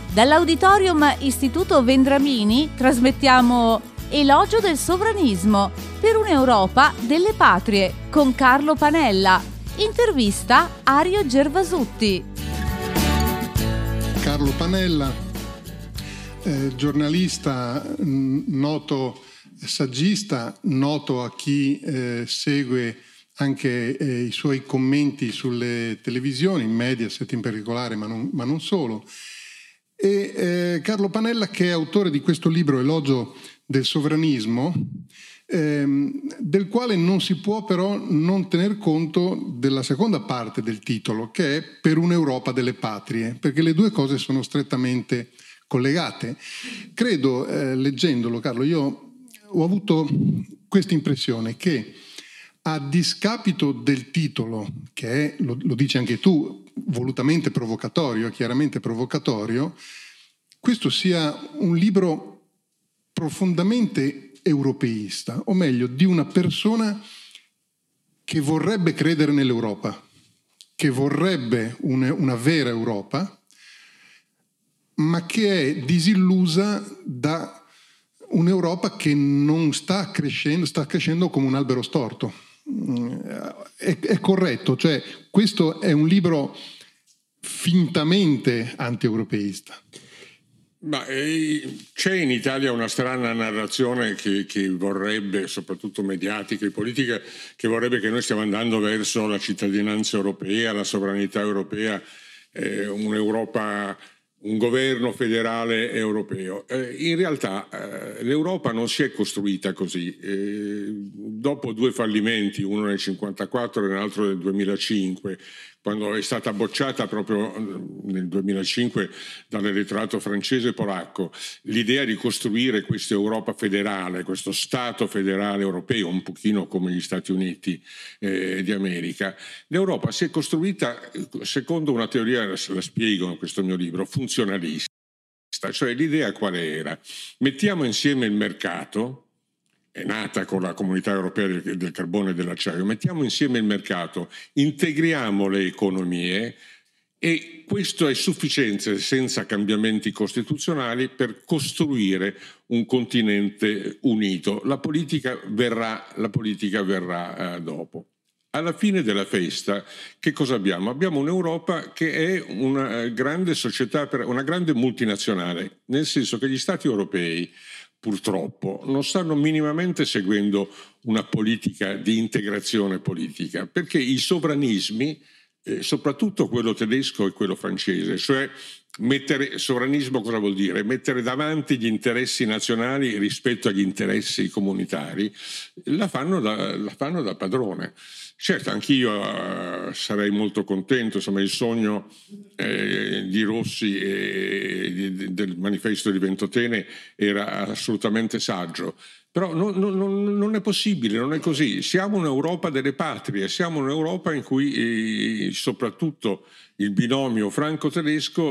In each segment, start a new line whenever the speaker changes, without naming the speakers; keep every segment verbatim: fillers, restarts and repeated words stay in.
Dall'Auditorium Istituto Vendramini trasmettiamo Elogio del sovranismo per un'Europa delle patrie con Carlo Panella. Intervista Ario Gervasutti.
Carlo Panella, eh, giornalista, mh, noto saggista, noto a chi eh, segue anche eh, i suoi commenti sulle televisioni, in Mediaset in particolare, ma non, ma non solo. E eh, Carlo Panella, che è autore di questo libro Elogio del sovranismo, ehm, del quale non si può però non tener conto della seconda parte del titolo, che è Per un'Europa delle patrie, perché le due cose sono strettamente collegate. Credo, eh, leggendolo, Carlo, io ho avuto questa impressione che, a discapito del titolo, che è, lo, lo dici anche tu, volutamente provocatorio, chiaramente provocatorio, questo sia un libro profondamente europeista, o meglio, di una persona che vorrebbe credere nell'Europa, che vorrebbe un, una vera Europa, ma che è disillusa da un'Europa che non sta crescendo, sta crescendo come un albero storto. È, è corretto, cioè questo è un libro fintamente anti-europeista.
Ma eh, c'è in Italia una strana narrazione che, che vorrebbe, soprattutto mediatica e politica, che vorrebbe che noi stiamo andando verso la cittadinanza europea, la sovranità europea, eh, un'Europa, un governo federale europeo. Eh, in realtà eh, l'Europa non si è costruita così. Eh, dopo due fallimenti, uno nel cinquantaquattro e l'altro nel duemilacinque, quando è stata bocciata proprio nel duemilacinque dall'elettorato francese e polacco l'idea di costruire questa Europa federale, questo Stato federale europeo, un pochino come gli Stati Uniti eh, di America, l'Europa si è costruita secondo una teoria, la spiego in questo mio libro, funzionalista. Cioè l'idea qual era? Mettiamo insieme il mercato, è nata con la Comunità Europea del, del carbone e dell'acciaio, mettiamo insieme il mercato, integriamo le economie e questo è sufficiente senza cambiamenti costituzionali per costruire un continente unito. La politica verrà, la politica verrà eh, dopo. Alla fine della festa che cosa abbiamo? Abbiamo un'Europa che è una grande società, una grande multinazionale, nel senso che gli Stati europei purtroppo non stanno minimamente seguendo una politica di integrazione politica, perché i sovranismi, eh, soprattutto quello tedesco e quello francese, cioè mettere sovranismo cosa vuol dire? Mettere davanti gli interessi nazionali rispetto agli interessi comunitari, la fanno da, la fanno da padrone. Certo, anch'io uh, sarei molto contento, insomma il sogno eh, di Rossi e di, del manifesto di Ventotene era assolutamente saggio, però non, non, non è possibile, non è così. Siamo un'Europa delle patrie, siamo un'Europa in cui eh, soprattutto il binomio franco-tedesco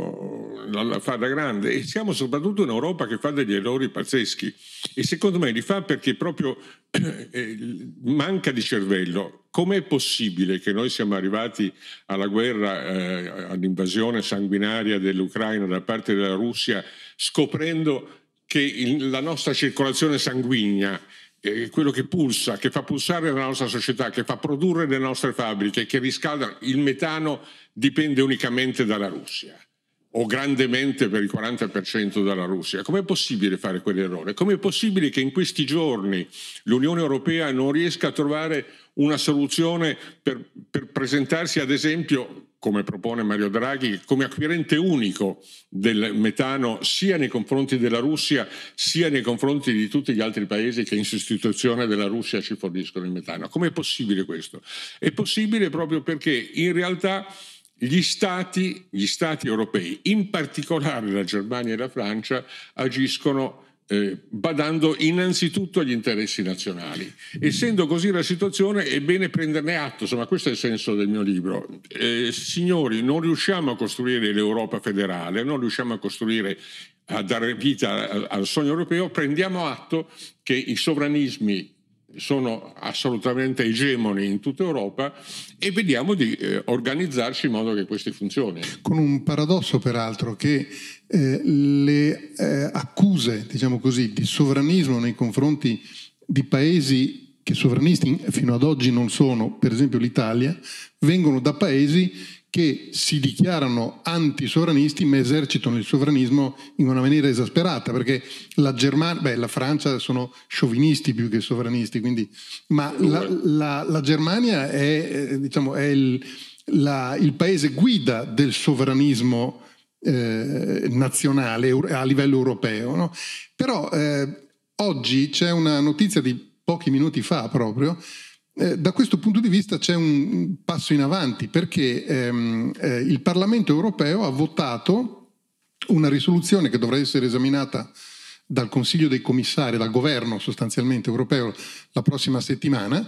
oh, la, la fa da grande, e siamo soprattutto un'Europa che fa degli errori pazzeschi, e secondo me li fa perché proprio eh, manca di cervello. Com'è possibile che noi siamo arrivati alla guerra, eh, all'invasione sanguinaria dell'Ucraina da parte della Russia, scoprendo che il, la nostra circolazione sanguigna, eh, quello che pulsa, che fa pulsare la nostra società, che fa produrre le nostre fabbriche, che riscalda il metano, dipende unicamente dalla Russia, o grandemente per il quaranta per cento dalla Russia? Com'è possibile fare quell'errore? Com'è possibile che in questi giorni l'Unione Europea non riesca a trovare una soluzione per, per presentarsi, ad esempio, come propone Mario Draghi, come acquirente unico del metano sia nei confronti della Russia sia nei confronti di tutti gli altri paesi che in sostituzione della Russia ci forniscono il metano? Com'è possibile questo? È possibile proprio perché in realtà gli stati, gli stati europei, in particolare la Germania e la Francia, agiscono eh, badando innanzitutto agli interessi nazionali. Essendo così la situazione, è bene prenderne atto, insomma questo è il senso del mio libro. Eh, signori, non riusciamo a costruire l'Europa federale, non riusciamo a costruire, a dare vita al, al sogno europeo, prendiamo atto che i sovranismi sono assolutamente egemoni in tutta Europa, e vediamo di eh, organizzarci in modo che questi funzioni.
Con un paradosso peraltro, che eh, le eh, accuse, diciamo così, di sovranismo nei confronti di paesi che sovranisti fino ad oggi non sono, per esempio l'Italia, vengono da paesi che si dichiarano antisovranisti ma esercitano il sovranismo in una maniera esasperata, perché la Germania, beh, la Francia sono sciovinisti più che sovranisti, quindi, ma la, la, la Germania è, diciamo, è il, la, il paese guida del sovranismo eh, nazionale a livello europeo, no? Però eh, oggi c'è una notizia di pochi minuti fa proprio. Eh, da questo punto di vista c'è un passo in avanti, perché ehm, eh, il Parlamento europeo ha votato una risoluzione che dovrà essere esaminata dal Consiglio dei Commissari, dal governo sostanzialmente europeo la prossima settimana,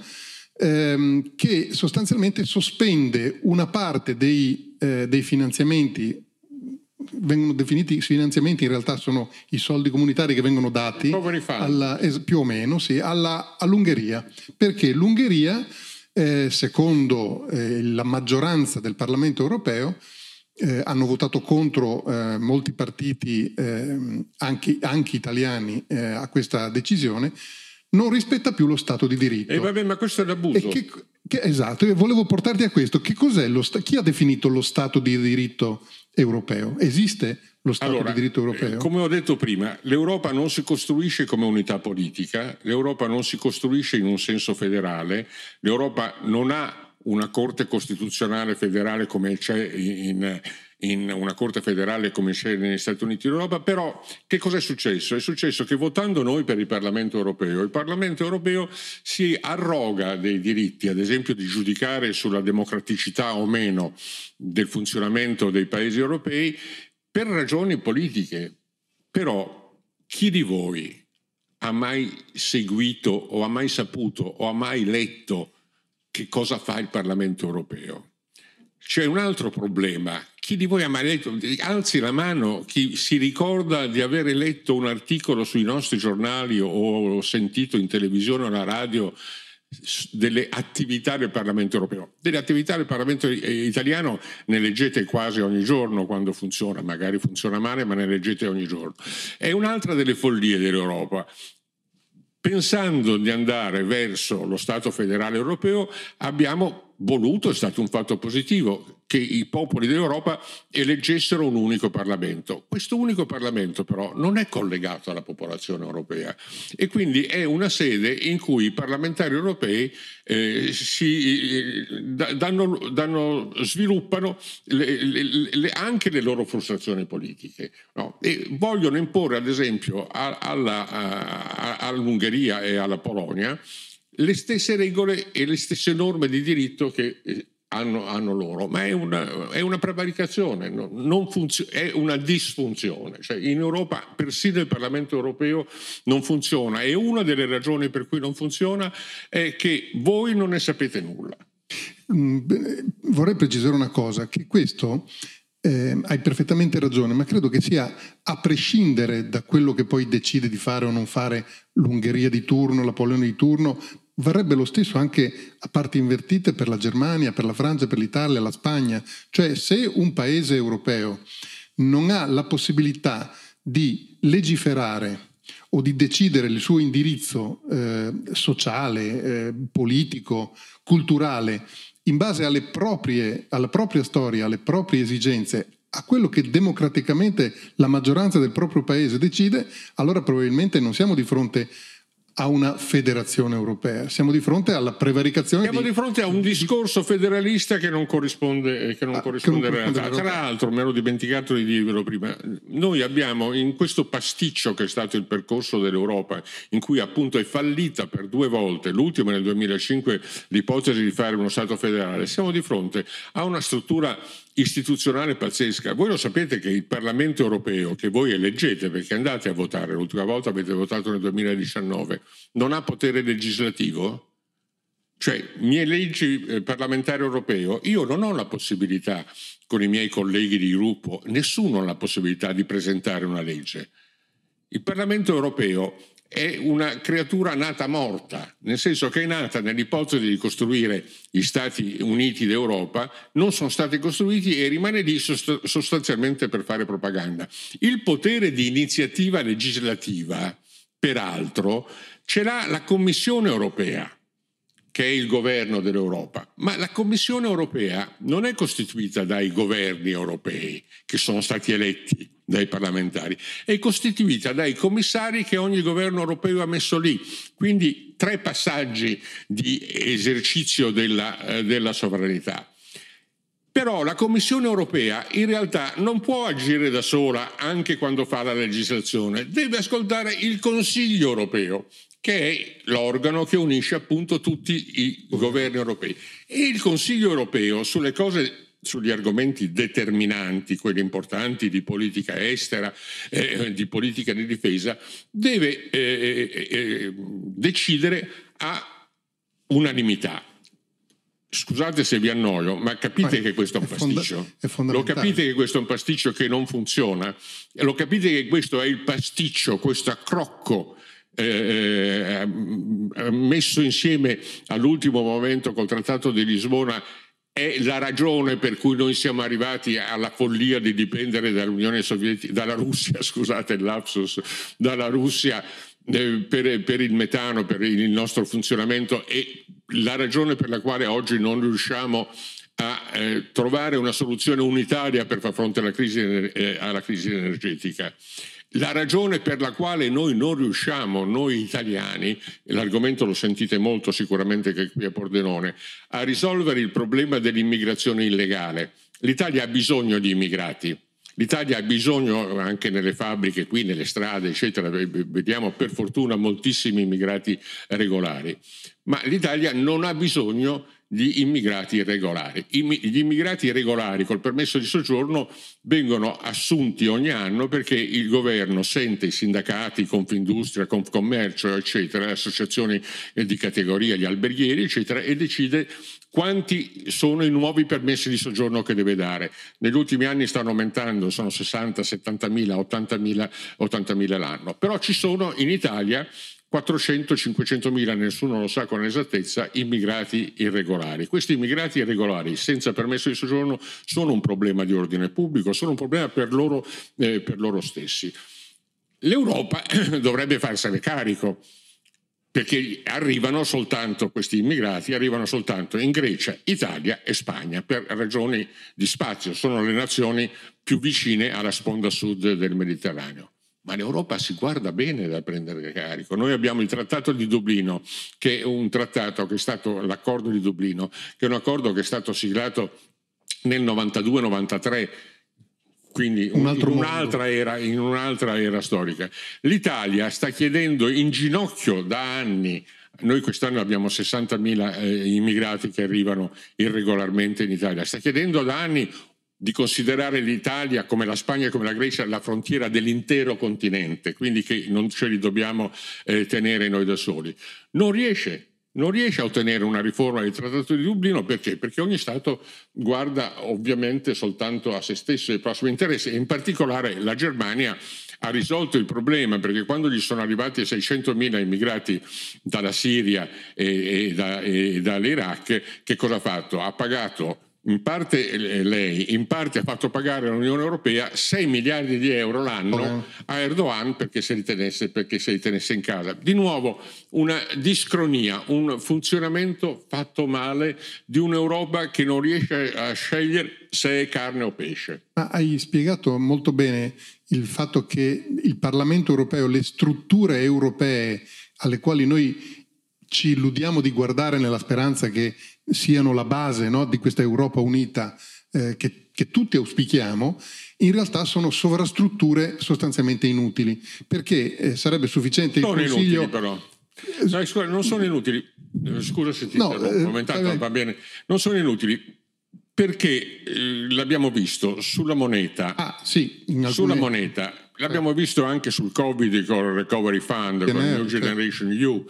ehm, che sostanzialmente sospende una parte dei, eh, dei finanziamenti. Vengono definiti finanziamenti, in realtà sono i soldi comunitari che vengono dati alla, più o meno sì, alla, all'Ungheria, perché l'Ungheria eh, secondo eh, la maggioranza del Parlamento europeo eh, hanno votato contro eh, molti partiti eh, anche, anche italiani eh, a questa decisione, non rispetta più lo Stato di diritto.
E vabbè, ma questo è l'abuso.
E che, che, esatto, volevo portarti a questo. Che cos'è lo sta- chi ha definito lo Stato di diritto europeo? Esiste lo Stato
allora,
di diritto europeo?
Come ho detto prima, l'Europa non si costruisce come unità politica, l'Europa non si costruisce in un senso federale, l'Europa non ha una Corte Costituzionale federale come c'è in, in una Corte federale come c'è negli Stati Uniti d'Europa. Però che cosa è successo? È successo che votando noi per il Parlamento europeo, il Parlamento europeo si arroga dei diritti, ad esempio di giudicare sulla democraticità o meno del funzionamento dei paesi europei per ragioni politiche. Però chi di voi ha mai seguito o ha mai saputo o ha mai letto che cosa fa il Parlamento europeo? C'è un altro problema. Chi di voi ha mai letto? Alzi la mano chi si ricorda di aver letto un articolo sui nostri giornali o sentito in televisione o alla radio delle attività del Parlamento europeo. Delle attività del Parlamento italiano ne leggete quasi ogni giorno quando funziona, magari funziona male, ma ne leggete ogni giorno. È un'altra delle follie dell'Europa. Pensando di andare verso lo Stato federale europeo, abbiamo voluto, è stato un fatto positivo, che i popoli dell'Europa eleggessero un unico Parlamento. Questo unico Parlamento però non è collegato alla popolazione europea e quindi è una sede in cui i parlamentari europei eh, si eh, danno, danno, sviluppano le, le, le, anche le loro frustrazioni politiche, no? E vogliono imporre ad esempio a, alla, a, all'Ungheria e alla Polonia le stesse regole e le stesse norme di diritto che eh, hanno, hanno loro, ma è una, è una prevaricazione, no? Non funzio- è una disfunzione. Cioè, in Europa persino il Parlamento europeo non funziona, e una delle ragioni per cui non funziona è che voi non ne sapete nulla.
Mm, vorrei precisare una cosa, che questo eh, hai perfettamente ragione, ma credo che sia, a prescindere da quello che poi decide di fare o non fare l'Ungheria di turno, la Polonia di turno, varrebbe lo stesso anche a parti invertite per la Germania, per la Francia, per l'Italia, la Spagna. Cioè, se un paese europeo non ha la possibilità di legiferare o di decidere il suo indirizzo eh, sociale, eh, politico, culturale, in base alle proprie, alla propria storia, alle proprie esigenze, a quello che democraticamente la maggioranza del proprio paese decide, allora probabilmente non siamo di fronte a una federazione europea, siamo di fronte alla prevaricazione.
Siamo di, di fronte a un discorso federalista che non corrisponde, che non ah, corrisponde alla realtà. Tra l'altro, mi ero dimenticato di dirvelo prima, noi abbiamo in questo pasticcio che è stato il percorso dell'Europa, in cui appunto è fallita per due volte, l'ultima nel duemilacinque, l'ipotesi di fare uno Stato federale, siamo di fronte a una struttura istituzionale pazzesca. Voi lo sapete che il Parlamento europeo, che voi eleggete perché andate a votare, l'ultima volta avete votato nel duemiladiciannove, non ha potere legislativo? Cioè, mi eleggi eh, parlamentare europeo, io non ho la possibilità, con i miei colleghi di gruppo, nessuno ha la possibilità di presentare una legge. Il Parlamento europeo è una creatura nata morta, nel senso che è nata nell'ipotesi di costruire gli Stati Uniti d'Europa, non sono stati costruiti e rimane lì sost- sostanzialmente per fare propaganda. Il potere di iniziativa legislativa, peraltro, ce l'ha la Commissione europea, che è il governo dell'Europa, ma la Commissione europea non è costituita dai governi europei, che sono stati eletti dai parlamentari, è costituita dai commissari che ogni governo europeo ha messo lì, quindi tre passaggi di esercizio della, eh, della sovranità. Però la Commissione europea in realtà non può agire da sola anche quando fa la legislazione, deve ascoltare il Consiglio europeo, che è l'organo che unisce appunto tutti i governi europei. E il Consiglio europeo sulle cose, sugli argomenti determinanti, quelli importanti di politica estera, eh, di politica di difesa, deve eh, eh, decidere a unanimità. Scusate se vi annoio, ma capite ma che questo è un pasticcio? È fonda- è lo capite che questo è un pasticcio che non funziona? Lo capite che questo è il pasticcio, questo accrocco eh, messo insieme all'ultimo momento col Trattato di Lisbona è la ragione per cui noi siamo arrivati alla follia di dipendere dall'Unione Sovietica, dalla Russia, scusate il lapsus, dalla Russia eh, per, per il metano, per il nostro funzionamento, e la ragione per la quale oggi non riusciamo a eh, trovare una soluzione unitaria per far fronte alla crisi, eh, alla crisi energetica. La ragione per la quale noi non riusciamo, noi italiani, l'argomento lo sentite molto sicuramente che qui a Pordenone, a risolvere il problema dell'immigrazione illegale. L'Italia ha bisogno di immigrati, l'Italia ha bisogno anche nelle fabbriche, qui nelle strade, eccetera, vediamo per fortuna moltissimi immigrati regolari, ma l'Italia non ha bisogno di immigrati irregolari. Gli immigrati irregolari col permesso di soggiorno vengono assunti ogni anno perché il governo sente i sindacati, Confindustria, Confcommercio, eccetera, le associazioni di categoria, gli alberghieri, eccetera, e decide quanti sono i nuovi permessi di soggiorno che deve dare. Negli ultimi anni stanno aumentando, sono sessanta, settantamila, ottantamila, ottantamila l'anno. Però ci sono in Italia quattrocento cinquecentomila, nessuno lo sa con esattezza, immigrati irregolari. Questi immigrati irregolari senza permesso di soggiorno sono un problema di ordine pubblico, sono un problema per loro, eh, per loro stessi. L'Europa dovrebbe farsene carico, perché arrivano soltanto questi immigrati, arrivano soltanto in Grecia, Italia e Spagna, per ragioni di spazio, sono le nazioni più vicine alla sponda sud del Mediterraneo. Ma l'Europa si guarda bene da prendere carico. Noi abbiamo il Trattato di Dublino, che è un trattato che è stato, l'accordo di Dublino, che è un accordo che è stato siglato nel novantadue novantatré, quindi un in, un'altra era, in un'altra era storica. L'Italia sta chiedendo in ginocchio da anni, noi quest'anno abbiamo sessantamila eh, immigrati che arrivano irregolarmente in Italia, sta chiedendo da anni di considerare l'Italia, come la Spagna e come la Grecia, la frontiera dell'intero continente, quindi che non ce li dobbiamo eh, tenere noi da soli. Non riesce, non riesce a ottenere una riforma del Trattato di Dublino, perché? Perché ogni Stato guarda ovviamente soltanto a se stesso e ai prossimi interessi, e in particolare la Germania ha risolto il problema, perché quando gli sono arrivati seicentomila immigrati dalla Siria e, e, da, e dall'Iraq, che cosa ha fatto? Ha pagato in parte lei, in parte ha fatto pagare all'Unione Europea sei miliardi di euro l'anno a Erdogan perché se li tenesse, perché se li tenesse in casa. Di nuovo una discronia, un funzionamento fatto male di un'Europa che non riesce a scegliere se è carne o pesce.
Ma hai spiegato molto bene il fatto che il Parlamento europeo, le strutture europee alle quali noi ci illudiamo di guardare nella speranza che siano la base, no, di questa Europa unita eh, che, che tutti auspichiamo, in realtà sono sovrastrutture sostanzialmente inutili, perché eh, perché sufficiente il
sono
Consiglio...
Inutili però. No, scusa, non sono inutili, scusa se ti
no,
interrompo, momentato, eh, va bene, non sono inutili perché eh, l'abbiamo visto sulla moneta,
ah, sì, in alcune...
sulla moneta, l'abbiamo eh. visto anche sul Covid con il Recovery Fund, con il New Generation E U.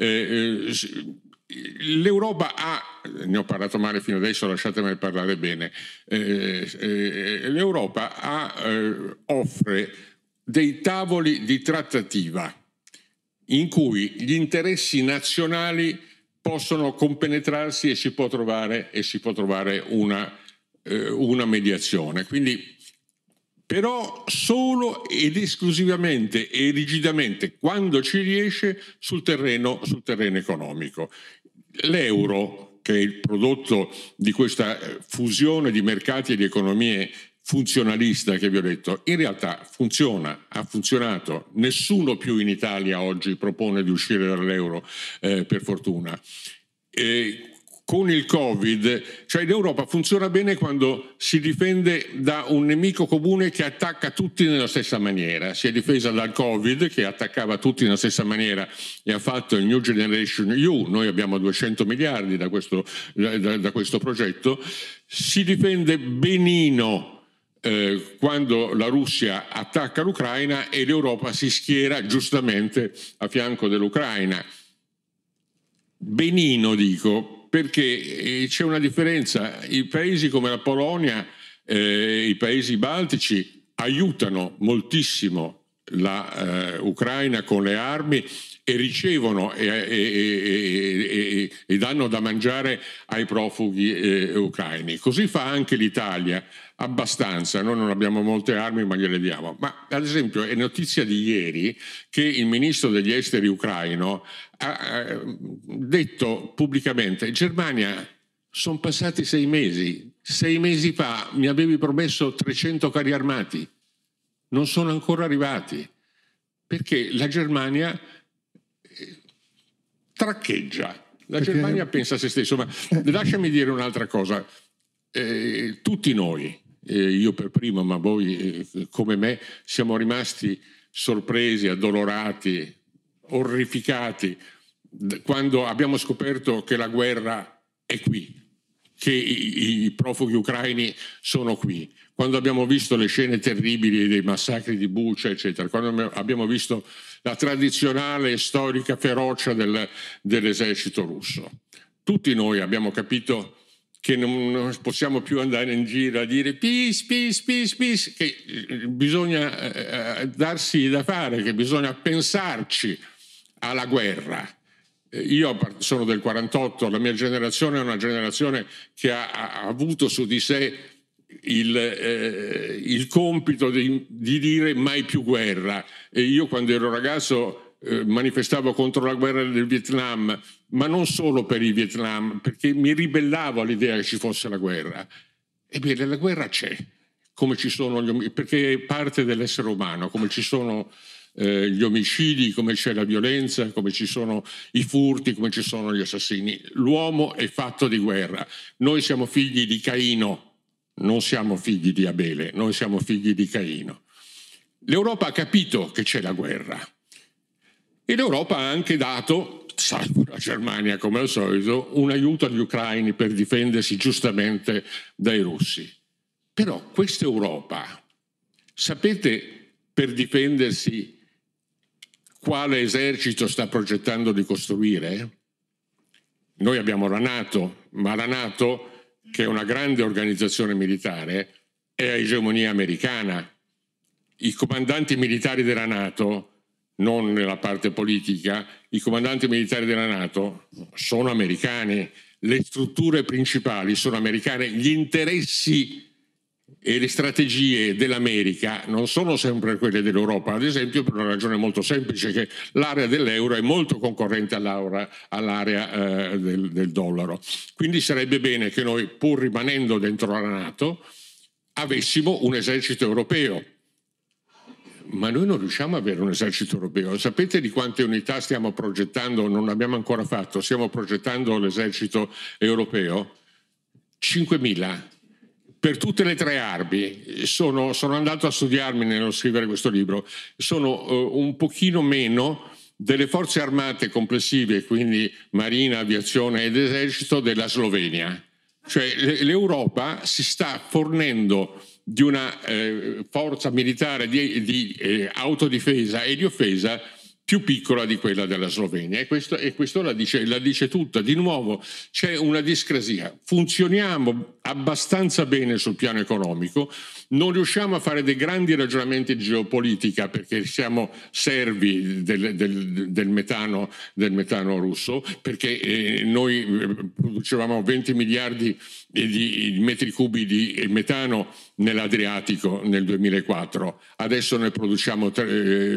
Eh, eh, L'Europa ha, ne ho parlato male fino adesso, lasciatemene parlare bene, eh, eh, l'Europa ha, eh, offre dei tavoli di trattativa in cui gli interessi nazionali possono compenetrarsi e si può trovare, e si può trovare una, eh, una mediazione. Quindi, però solo ed esclusivamente e rigidamente quando ci riesce sul terreno, sul terreno economico. L'euro, che è il prodotto di questa fusione di mercati e di economie funzionalista che vi ho detto, in realtà funziona, ha funzionato. Nessuno più in Italia oggi propone di uscire dall'euro, eh, per fortuna. E con il Covid, cioè l'Europa funziona bene quando si difende da un nemico comune che attacca tutti nella stessa maniera. Si è difesa dal Covid, che attaccava tutti nella stessa maniera, e ha fatto il New Generation E U. Noi abbiamo duecento miliardi da questo, da, da questo progetto. Si difende benino Eh, quando la Russia attacca l'Ucraina, e l'Europa si schiera giustamente a fianco dell'Ucraina. Benino dico, perché eh, c'è una differenza. I paesi come la Polonia, eh, i paesi baltici aiutano moltissimo la eh, Ucraina con le armi e ricevono e, e, e, e, e danno da mangiare ai profughi eh, ucraini. Così fa anche l'Italia, abbastanza. Noi non abbiamo molte armi, ma gliele diamo. Ma ad esempio è notizia di ieri che il ministro degli esteri ucraino ha detto pubblicamente: Germania, sono passati sei mesi, sei mesi fa mi avevi promesso trecento carri armati, non sono ancora arrivati, perché la Germania traccheggia, la perché... Germania pensa a se stesso. Ma lasciami dire un'altra cosa, eh, tutti noi, eh, io per primo, ma voi eh, come me, siamo rimasti sorpresi, addolorati, orrificati quando abbiamo scoperto che la guerra è qui, che i, i profughi ucraini sono qui, quando abbiamo visto le scene terribili dei massacri di Bucha, eccetera, quando abbiamo visto la tradizionale e storica ferocia del, dell'esercito russo. Tutti noi abbiamo capito che non, non possiamo più andare in giro a dire peace, peace, peace, peace, che bisogna eh, darsi da fare, che bisogna pensarci alla guerra. Io sono del quarantotto, la mia generazione è una generazione che ha, ha avuto su di sé il, eh, il compito di, di dire mai più guerra. E io quando ero ragazzo eh, manifestavo contro la guerra del Vietnam, ma non solo per il Vietnam, perché mi ribellavo all'idea che ci fosse la guerra. Ebbene, la guerra c'è, come ci sono gli, perché è parte dell'essere umano, come ci sono Eh, gli omicidi, come c'è la violenza, come ci sono i furti, come ci sono gli assassini. L'uomo è fatto di guerra. Noi siamo figli di Caino, non siamo figli di Abele, noi siamo figli di Caino. L'Europa ha capito che c'è la guerra e l'Europa ha anche dato, salvo la Germania come al solito, un aiuto agli ucraini per difendersi giustamente dai russi. Però questa Europa, sapete per difendersi quale esercito sta progettando di costruire? Noi abbiamo la NATO, ma la NATO, che è una grande organizzazione militare, è a egemonia americana. I comandanti militari della NATO, non nella parte politica, i comandanti militari della NATO sono americani, le strutture principali sono americane, gli interessi e le strategie dell'America non sono sempre quelle dell'Europa, ad esempio per una ragione molto semplice, che l'area dell'euro è molto concorrente all'area, all'area eh, del, del dollaro. Quindi sarebbe bene che noi, pur rimanendo dentro la NATO, avessimo un esercito europeo. Ma noi non riusciamo ad avere un esercito europeo. Sapete di quante unità stiamo progettando? Non abbiamo ancora fatto. Stiamo progettando l'esercito europeo? cinquemila. Per tutte le tre armi. Sono, sono andato a studiarmi nello scrivere questo libro. Sono uh, un pochino meno delle forze armate complessive, quindi marina, aviazione ed esercito, della Slovenia. Cioè l'Europa si sta fornendo di una eh, forza militare di, di eh, autodifesa e di offesa più piccola di quella della Slovenia, e questo, e questo la, dice, la dice tutta. Di nuovo c'è una discrasia, funzioniamo abbastanza bene sul piano economico, non riusciamo a fare dei grandi ragionamenti di geopolitica perché siamo servi del, del, del, metano, del metano russo, perché eh, noi producevamo venti miliardi di metri cubi di metano nell'Adriatico nel duemilaquattro, adesso ne produciamo tre,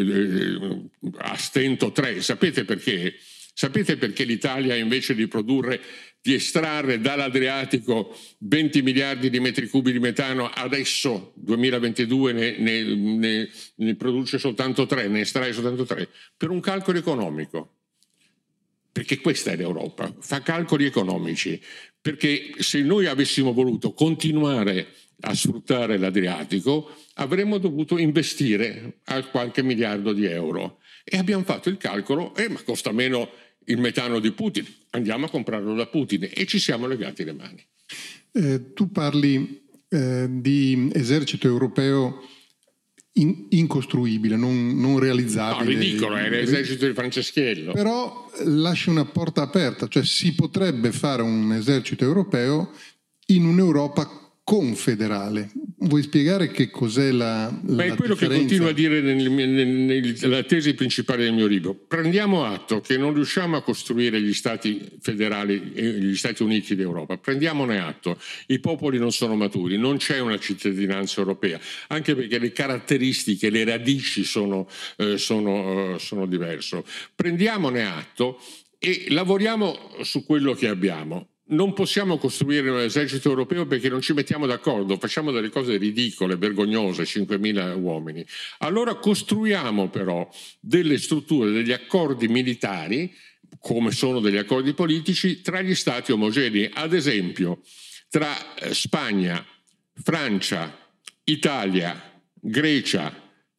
eh, a stento tre. Sapete perché? Sapete perché l'Italia, invece di produrre, di estrarre dall'Adriatico venti miliardi di metri cubi di metano, adesso duemilaventidue ne, ne, ne, ne produce soltanto tre, ne estrae soltanto tre? Per un calcolo economico. Perché questa è l'Europa, fa calcoli economici. Perché se noi avessimo voluto continuare a sfruttare l'Adriatico, avremmo dovuto investire a qualche miliardo di euro. E abbiamo fatto il calcolo, eh, ma costa meno il metano di Putin, andiamo a comprarlo da Putin, e ci siamo legati le mani.
Eh, tu parli eh, di esercito europeo in, incostruibile, non, non realizzabile.
No, ridicolo, è l'esercito di Franceschiello.
Però lascia una porta aperta, cioè si potrebbe fare un esercito europeo in un'Europa confederale. Vuoi spiegare che cos'è la, la
Ma è quello
differenza?
che continuo a dire nel, nel, nella tesi principale del mio libro. Prendiamo atto che non riusciamo a costruire gli stati federali, gli Stati Uniti d'Europa. Prendiamone atto. I popoli non sono maturi, non c'è una cittadinanza europea, anche perché le caratteristiche, le radici sono, eh, sono, eh, sono diverse. Prendiamone atto e lavoriamo su quello che abbiamo. Non possiamo costruire un esercito europeo perché non ci mettiamo d'accordo, facciamo delle cose ridicole, vergognose, cinquemila uomini. Allora costruiamo però delle strutture, degli accordi militari, come sono degli accordi politici, tra gli stati omogenei. Ad esempio, tra Spagna, Francia, Italia, Grecia,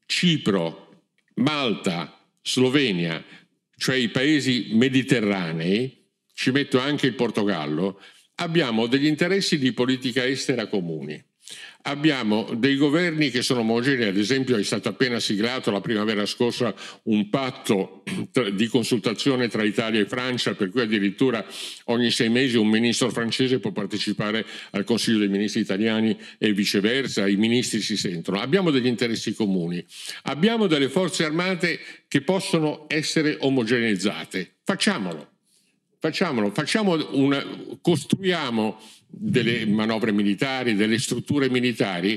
Cipro, Malta, Slovenia, cioè i paesi mediterranei, ci metto anche il Portogallo, abbiamo degli interessi di politica estera comuni. Abbiamo dei governi che sono omogenei, ad esempio è stato appena siglato la primavera scorsa un patto di consultazione tra Italia e Francia, per cui addirittura ogni sei mesi un ministro francese può partecipare al Consiglio dei ministri italiani e viceversa, i ministri si sentono. Abbiamo degli interessi comuni, abbiamo delle forze armate che possono essere omogeneizzate, facciamolo. Facciamolo, facciamo una, costruiamo delle manovre militari, delle strutture militari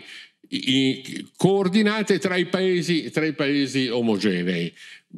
i, coordinate tra i paesi, tra i paesi omogenei.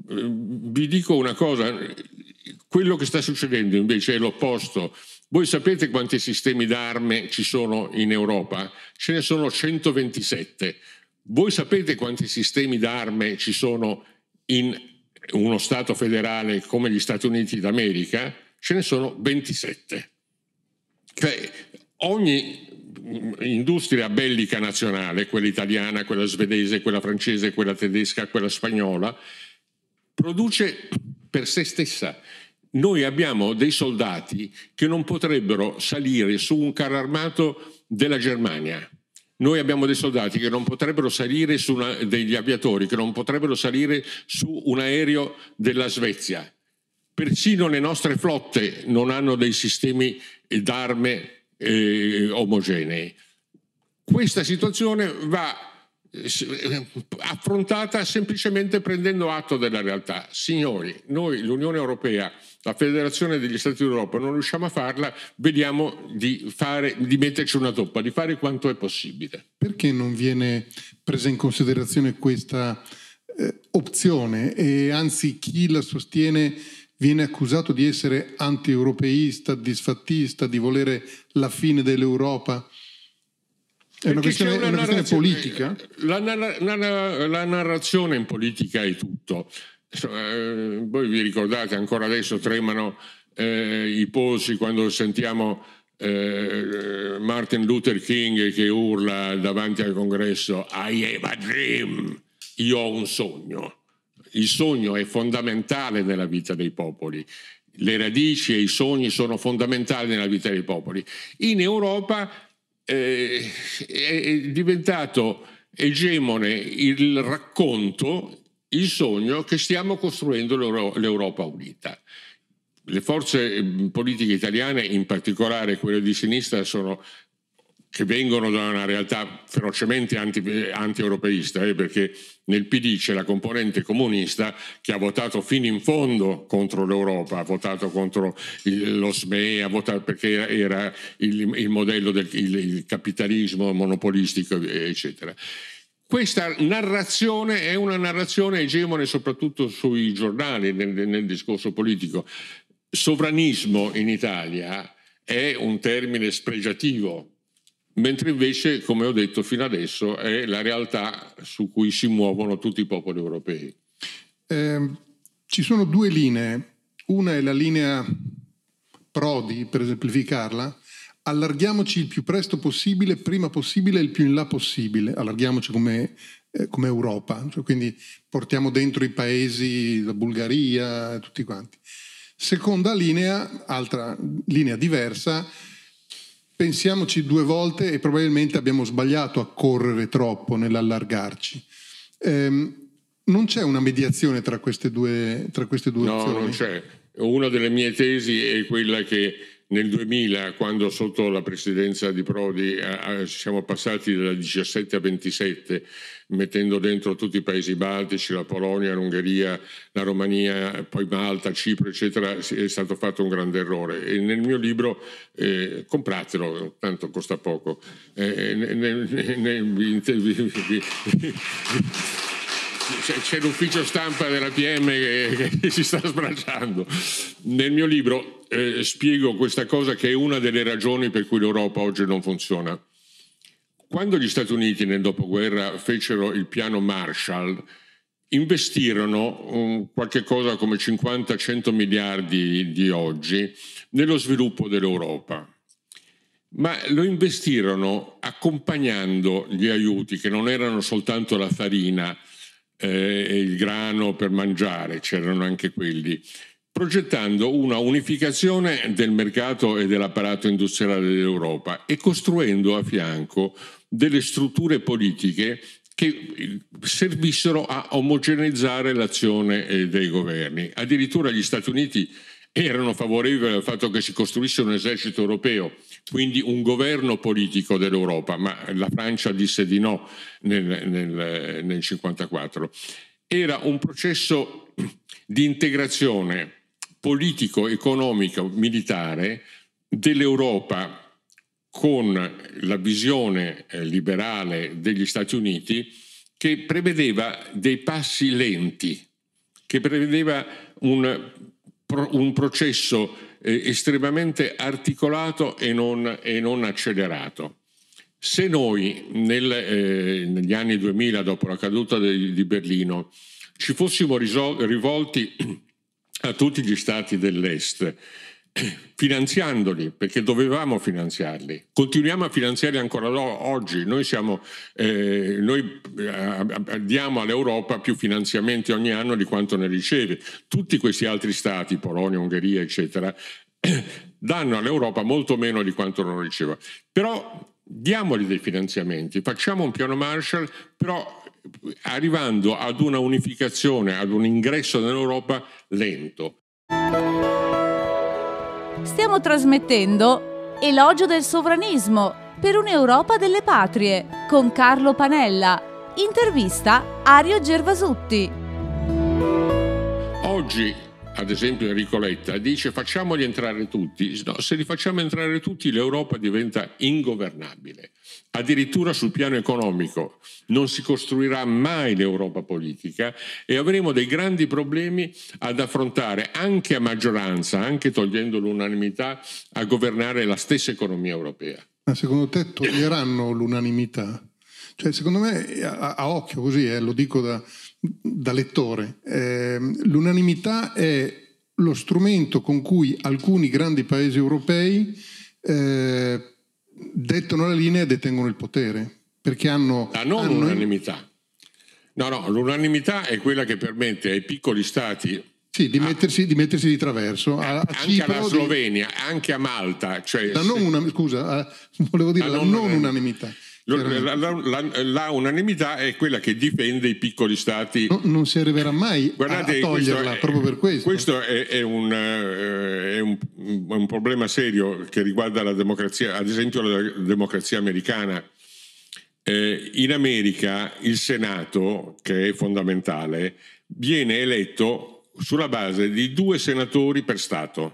Vi dico una cosa, quello che sta succedendo invece è l'opposto. Voi sapete quanti sistemi d'arme ci sono in Europa? Ce ne sono centoventisette. Voi sapete quanti sistemi d'arme ci sono in uno Stato federale come gli Stati Uniti d'America? Ce ne sono ventisette. Cioè, ogni industria bellica nazionale, quella italiana, quella svedese, quella francese, quella tedesca, quella spagnola, produce per se stessa. Noi abbiamo dei soldati che non potrebbero salire su un carro armato della Germania. Noi abbiamo dei soldati che non potrebbero salire su una, degli aviatori che non potrebbero salire su un aereo della Svezia. Persino le nostre flotte non hanno dei sistemi d'arme eh, omogenei. Questa situazione va affrontata semplicemente prendendo atto della realtà. Signori, noi, l'Unione Europea, la Federazione degli Stati d'Europa, non riusciamo a farla, vediamo di, fare, di metterci una toppa, di fare quanto è possibile.
Perché non viene presa in considerazione questa eh, opzione e anzi chi la sostiene viene accusato di essere anti-europeista, disfattista, di volere la fine dell'Europa? È una questione, una una questione politica?
La, la, la, la narrazione in politica è tutto. Eh, voi vi ricordate, ancora adesso tremano eh, i polsi quando sentiamo eh, Martin Luther King che urla davanti al congresso I have a dream, io ho un sogno. Il sogno è fondamentale nella vita dei popoli, le radici e i sogni sono fondamentali nella vita dei popoli. In Europa eh, è diventato egemone il racconto il sogno che stiamo costruendo l'Euro- l'Europa unita. Le forze politiche italiane, in particolare quelle di sinistra, sono che vengono da una realtà ferocemente anti, anti-europeista, eh, perché nel P D c'è la componente comunista che ha votato fino in fondo contro l'Europa, ha votato contro il, lo S M E, ha votato perché era il, il modello del il, il capitalismo monopolistico, eccetera. Questa narrazione è una narrazione egemone soprattutto sui giornali, nel, nel discorso politico. Sovranismo in Italia è un termine spregiativo, mentre invece, come ho detto fino adesso, è la realtà su cui si muovono tutti i popoli europei.
Eh, ci sono due linee. Una è la linea Prodi, per esemplificarla. Allarghiamoci il più presto possibile, prima possibile e il più in là possibile. Allarghiamoci come, eh, come Europa, cioè, quindi portiamo dentro i paesi, la Bulgaria, tutti quanti. Seconda linea, altra linea diversa, pensiamoci due volte e probabilmente abbiamo sbagliato a correre troppo nell'allargarci. Ehm, non c'è una mediazione tra queste due, tra queste due
no,
opzioni?
No, non c'è. Una delle mie tesi è quella che nel duemila, quando sotto la presidenza di Prodi eh, siamo passati da diciassette a ventisette, mettendo dentro tutti i paesi baltici, la Polonia, l'Ungheria, la Romania, poi Malta, Cipro, eccetera, è stato fatto un grande errore. E nel mio libro, eh, compratelo, tanto costa poco, eh, ne, ne, ne, vi, vi, vi, c'è l'ufficio stampa della P M che, che si sta sbracciando. Nel mio libro eh, spiego questa cosa che è una delle ragioni per cui l'Europa oggi non funziona. Quando gli Stati Uniti nel dopoguerra fecero il piano Marshall, investirono um, qualche cosa come cinquanta cento miliardi di oggi nello sviluppo dell'Europa. Ma lo investirono accompagnando gli aiuti, che non erano soltanto la farina eh, e il grano per mangiare, c'erano anche quelli, progettando una unificazione del mercato e dell'apparato industriale dell'Europa e costruendo a fianco delle strutture politiche che servissero a omogeneizzare l'azione dei governi. Addirittura gli Stati Uniti erano favorevoli al fatto che si costruisse un esercito europeo, quindi un governo politico dell'Europa, ma la Francia disse di no nel, nel, nel cinquantaquattro. Era un processo di integrazione politico, economico, militare dell'Europa con la visione eh, liberale degli Stati Uniti, che prevedeva dei passi lenti, che prevedeva un, un processo eh, estremamente articolato e non, e non accelerato. Se noi nel, eh, negli anni duemila, dopo la caduta de, di Berlino, ci fossimo risol- rivolti a tutti gli stati dell'Est, finanziandoli, perché dovevamo finanziarli, continuiamo a finanziarli ancora oggi. Noi, siamo, eh, noi eh, diamo all'Europa più finanziamenti ogni anno di quanto ne riceve. Tutti questi altri stati, Polonia, Ungheria, eccetera, danno all'Europa molto meno di quanto non riceva. Però diamogli dei finanziamenti, facciamo un piano Marshall, però arrivando ad una unificazione, ad un ingresso nell'Europa lento.
Stiamo trasmettendo Elogio del sovranismo per un'Europa delle patrie con Carlo Panella. Intervista Ario Gervasutti.
Oggi, ad esempio, Enrico Letta dice facciamoli entrare tutti. No, se li facciamo entrare tutti l'Europa diventa ingovernabile. Addirittura sul piano economico non si costruirà mai l'Europa politica e avremo dei grandi problemi ad affrontare anche a maggioranza, anche togliendo l'unanimità, a governare la stessa economia europea.
Ma secondo te toglieranno l'unanimità? Cioè, secondo me, a, a occhio così, eh, lo dico da, da lettore, eh, l'unanimità è lo strumento con cui alcuni grandi paesi europei eh, dettano la linea e detengono il potere, perché hanno...
La non
hanno...
unanimità. No, no, l'unanimità è quella che permette ai piccoli stati...
Sì, di, a, mettersi, di mettersi di traverso. A, a
anche
Cipro,
alla Slovenia, di... anche a Malta. Cioè,
la non una, scusa, volevo dire la, la non, non unanimità.
La, la, la, la unanimità è quella che difende i piccoli stati.
No, non si arriverà mai Guardate, a toglierla è, proprio per questo.
Questo è, è, un, è, un, è un problema serio che riguarda la democrazia, ad esempio la democrazia americana. Eh, in America il Senato, che è fondamentale, viene eletto sulla base di due senatori per Stato.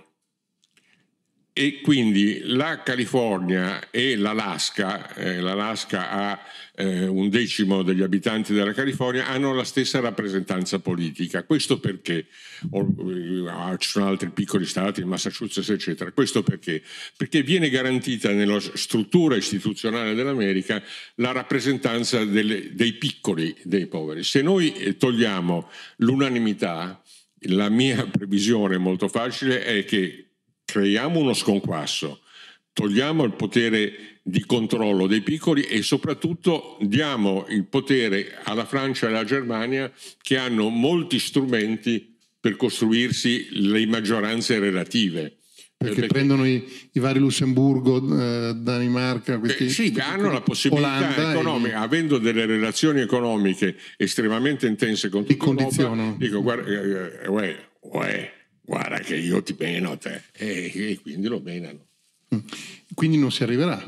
E quindi la California e l'Alaska, eh, l'Alaska ha eh, un decimo degli abitanti della California, hanno la stessa rappresentanza politica. Questo perché? O, eh, ci sono altri piccoli stati, il Massachusetts eccetera. Questo perché? Perché viene garantita nella struttura istituzionale dell'America la rappresentanza delle, dei piccoli, dei poveri. Se noi togliamo l'unanimità, la mia previsione molto facile è che creiamo uno sconquasso, togliamo il potere di controllo dei piccoli e soprattutto diamo il potere alla Francia e alla Germania, che hanno molti strumenti per costruirsi le maggioranze relative.
Perché, perché prendono i, i vari Lussemburgo, eh, Danimarca, questi,
eh, sì,
questi,
hanno la possibilità economica, e... avendo delle relazioni economiche estremamente intense con tutta l'Europa, dico guarda, eh, uè, uè, guarda che io ti meno te, e, e quindi lo menano.
Quindi non si arriverà.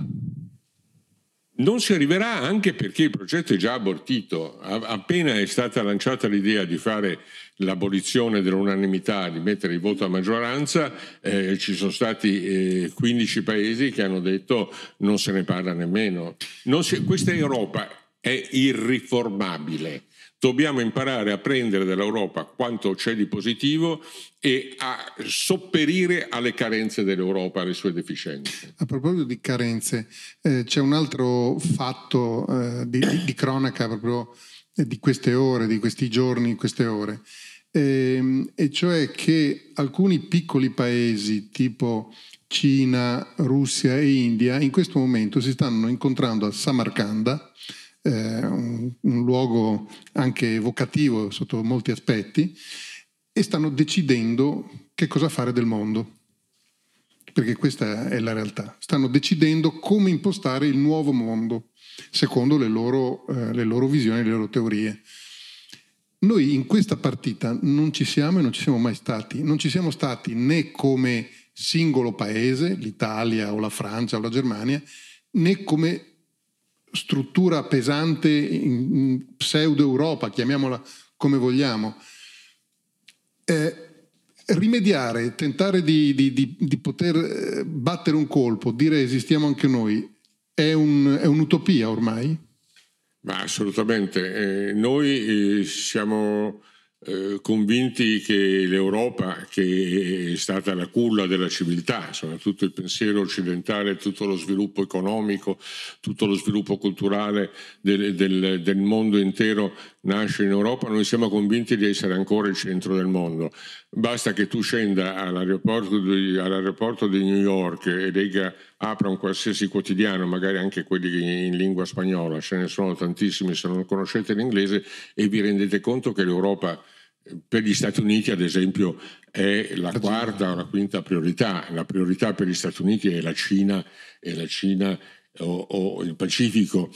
Non si arriverà anche perché il progetto è già abortito. Appena è stata lanciata l'idea di fare l'abolizione dell'unanimità, di mettere il voto a maggioranza, eh, ci sono stati eh, quindici paesi che hanno detto non se ne parla nemmeno. Non si, questa Europa è irriformabile. Dobbiamo imparare a prendere dall'Europa quanto c'è di positivo e a sopperire alle carenze dell'Europa, alle sue deficienze.
A proposito di carenze, eh, c'è un altro fatto eh, di, di, di cronaca proprio eh, di queste ore, di questi giorni, queste ore, eh, e cioè che alcuni piccoli paesi tipo Cina, Russia e India in questo momento si stanno incontrando a Samarcanda, Eh, un, un luogo anche evocativo sotto molti aspetti, e stanno decidendo che cosa fare del mondo, perché questa è la realtà. Stanno decidendo come impostare il nuovo mondo secondo le loro, eh, le loro visioni, le loro teorie. Noi in questa partita non ci siamo e non ci siamo mai stati. Non ci siamo stati né come singolo paese, l'Italia o la Francia o la Germania, né come struttura pesante in pseudo-Europa, chiamiamola come vogliamo. Eh, rimediare, tentare di, di, di, di poter battere un colpo, dire esistiamo anche noi, è, un, è un'utopia ormai?
Ma assolutamente. Eh, noi eh, siamo eh, convinti che l'Europa, che è stata la culla della civiltà, insomma, tutto il pensiero occidentale, tutto lo sviluppo economico, tutto lo sviluppo culturale del, del, del mondo intero nasce in Europa, noi siamo convinti di essere ancora il centro del mondo. Basta che tu scenda all'aeroporto di, all'aeroporto di New York e legga, apra un qualsiasi quotidiano, magari anche quelli in lingua spagnola, ce ne sono tantissimi se non conoscete l'inglese, e vi rendete conto che l'Europa per gli Stati Uniti, ad esempio, è la quarta o la quinta priorità. La priorità per gli Stati Uniti è la Cina, è la Cina o, o il Pacifico.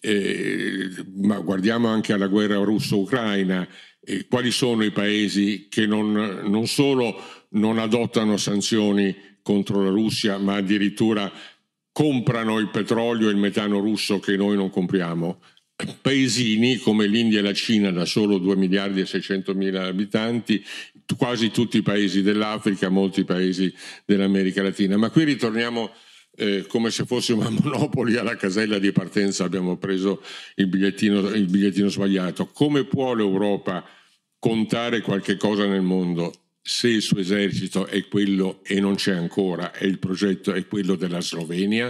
Eh, ma guardiamo anche alla guerra russo-ucraina. Eh, quali sono i paesi che non, non solo non adottano sanzioni contro la Russia, ma addirittura comprano il petrolio e il metano russo che noi non compriamo? Paesini come l'India e la Cina, da solo due miliardi e seicentomila abitanti, quasi tutti i paesi dell'Africa, molti paesi dell'America Latina. Ma qui ritorniamo eh, come se fossimo a Monopoli alla casella di partenza, abbiamo preso il bigliettino, il bigliettino sbagliato. Come può l'Europa contare qualche cosa nel mondo se il suo esercito è quello, e non c'è ancora, e il progetto è quello della Slovenia?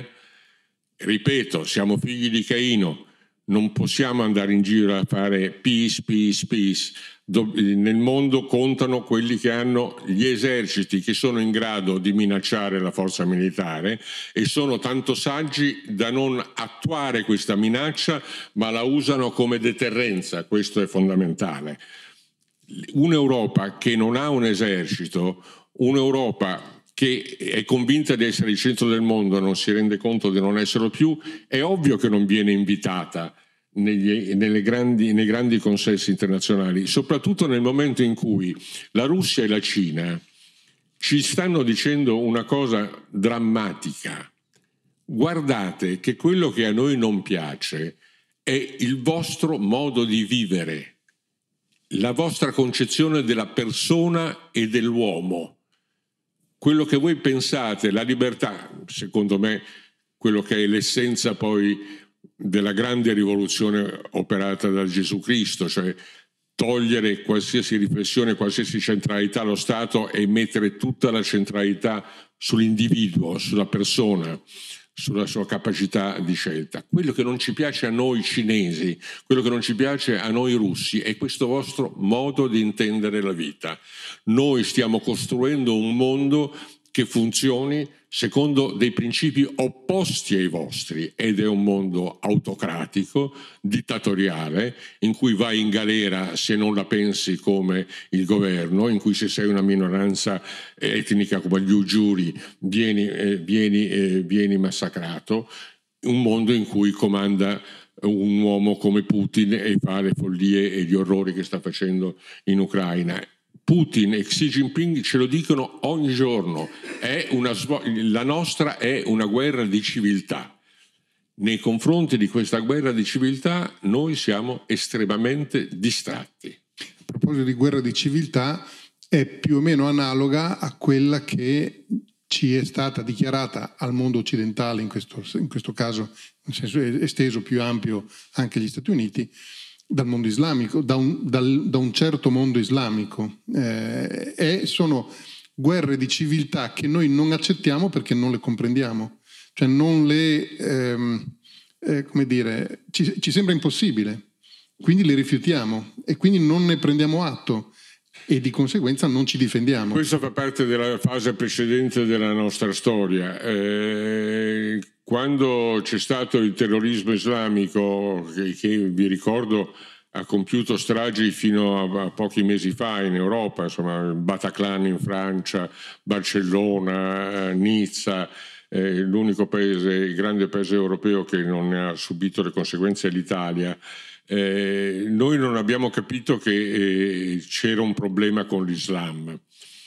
Ripeto, siamo figli di Caino. Non possiamo andare in giro a fare peace, peace, peace. Nel mondo contano quelli che hanno gli eserciti che sono in grado di minacciare la forza militare e sono tanto saggi da non attuare questa minaccia, ma la usano come deterrenza. Questo è fondamentale. Un'Europa che non ha un esercito, un'Europa che è convinta di essere il centro del mondo e non si rende conto di non esserlo più, è ovvio che non viene invitata negli, nelle grandi, nei grandi consessi internazionali, soprattutto nel momento in cui la Russia e la Cina ci stanno dicendo una cosa drammatica. Guardate che quello che a noi non piace è il vostro modo di vivere, la vostra concezione della persona e dell'uomo. Quello che voi pensate, la libertà, secondo me, quello che è l'essenza poi della grande rivoluzione operata da Gesù Cristo, cioè togliere qualsiasi riflessione, qualsiasi centralità allo Stato e mettere tutta la centralità sull'individuo, sulla persona, sulla sua capacità di scelta. Quello che non ci piace a noi cinesi, quello che non ci piace a noi russi è questo vostro modo di intendere la vita. Noi stiamo costruendo un mondo che funzioni secondo dei principi opposti ai vostri, ed è un mondo autocratico, dittatoriale, in cui vai in galera se non la pensi come il governo, in cui se sei una minoranza etnica come gli uiguri vieni, eh, vieni, eh, vieni massacrato, un mondo in cui comanda un uomo come Putin e fa le follie e gli orrori che sta facendo in Ucraina. Putin e Xi Jinping ce lo dicono ogni giorno, è una, la nostra è una guerra di civiltà. Nei confronti di questa guerra di civiltà noi siamo estremamente distratti.
A proposito di guerra di civiltà, è più o meno analoga a quella che ci è stata dichiarata al mondo occidentale, in questo, in questo caso in senso esteso, più ampio anche agli Stati Uniti, dal mondo islamico, da un, dal, da un certo mondo islamico. Eh, e sono guerre di civiltà che noi non accettiamo perché non le comprendiamo. Cioè non le, ehm, eh, come dire, ci, ci sembra impossibile, quindi le rifiutiamo e quindi non ne prendiamo atto e di conseguenza non ci difendiamo.
Questo fa parte della fase precedente della nostra storia. Eh, quando c'è stato il terrorismo islamico, che, che vi ricordo ha compiuto stragi fino a, a pochi mesi fa in Europa, insomma Bataclan in Francia, Barcellona, Nizza, eh, l'unico paese, il grande paese europeo che non ne ha subito le conseguenze è l'Italia. Eh, noi non abbiamo capito che eh, c'era un problema con l'Islam.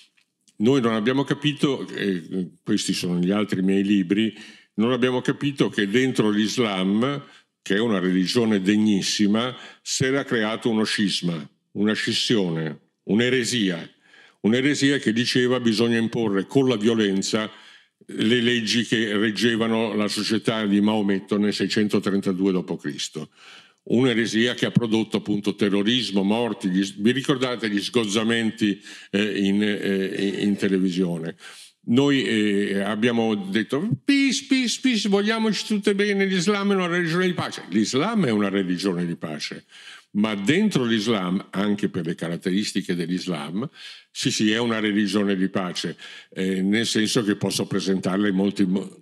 Noi non abbiamo capito, eh, questi sono gli altri miei libri, non abbiamo capito che dentro l'Islam, che è una religione degnissima, si era creato uno scisma, una scissione, un'eresia, un'eresia che diceva bisogna imporre con la violenza le leggi che reggevano la società di Maometto nel seicentotrentadue dopo Cristo. Un'eresia che ha prodotto appunto terrorismo, morti, gli, vi ricordate gli sgozzamenti eh, in, eh, in televisione? Noi eh, abbiamo detto peace, peace, peace, vogliamoci tutte bene, l'Islam è una religione di pace. L'Islam è una religione di pace, ma dentro l'Islam, anche per le caratteristiche dell'Islam, sì sì, è una religione di pace, eh, nel senso che posso presentarla in molti modi.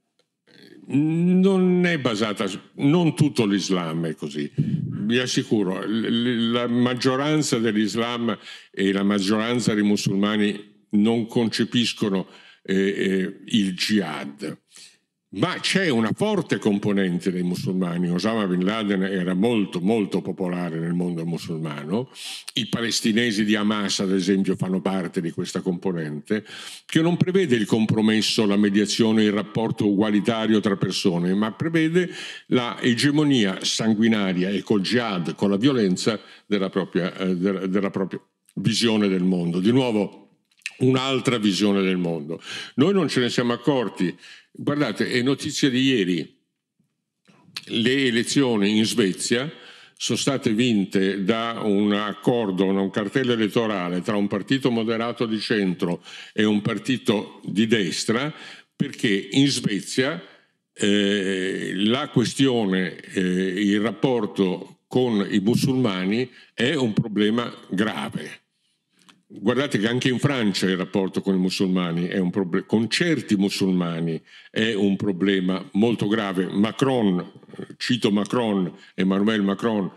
Non è basata, non tutto l'Islam è così, vi assicuro, la maggioranza dell'Islam e la maggioranza dei musulmani non concepiscono eh, eh, il jihad, ma c'è una forte componente dei musulmani. Osama Bin Laden era molto molto popolare nel mondo musulmano, i palestinesi di Hamas ad esempio fanno parte di questa componente, che non prevede il compromesso, la mediazione, il rapporto ugualitario tra persone, ma prevede la egemonia sanguinaria e col jihad, con la violenza della propria, eh, della, della propria visione del mondo. Di nuovo un'altra visione del mondo. Noi non ce ne siamo accorti. Guardate, è notizia di ieri, le elezioni in Svezia sono state vinte da un accordo, un cartello elettorale tra un partito moderato di centro e un partito di destra, perché in Svezia eh, la questione, eh, il rapporto con i musulmani è un problema grave. Guardate che anche in Francia il rapporto con i musulmani è un problema, con certi musulmani è un problema molto grave. Macron, cito Macron, Emmanuel Macron,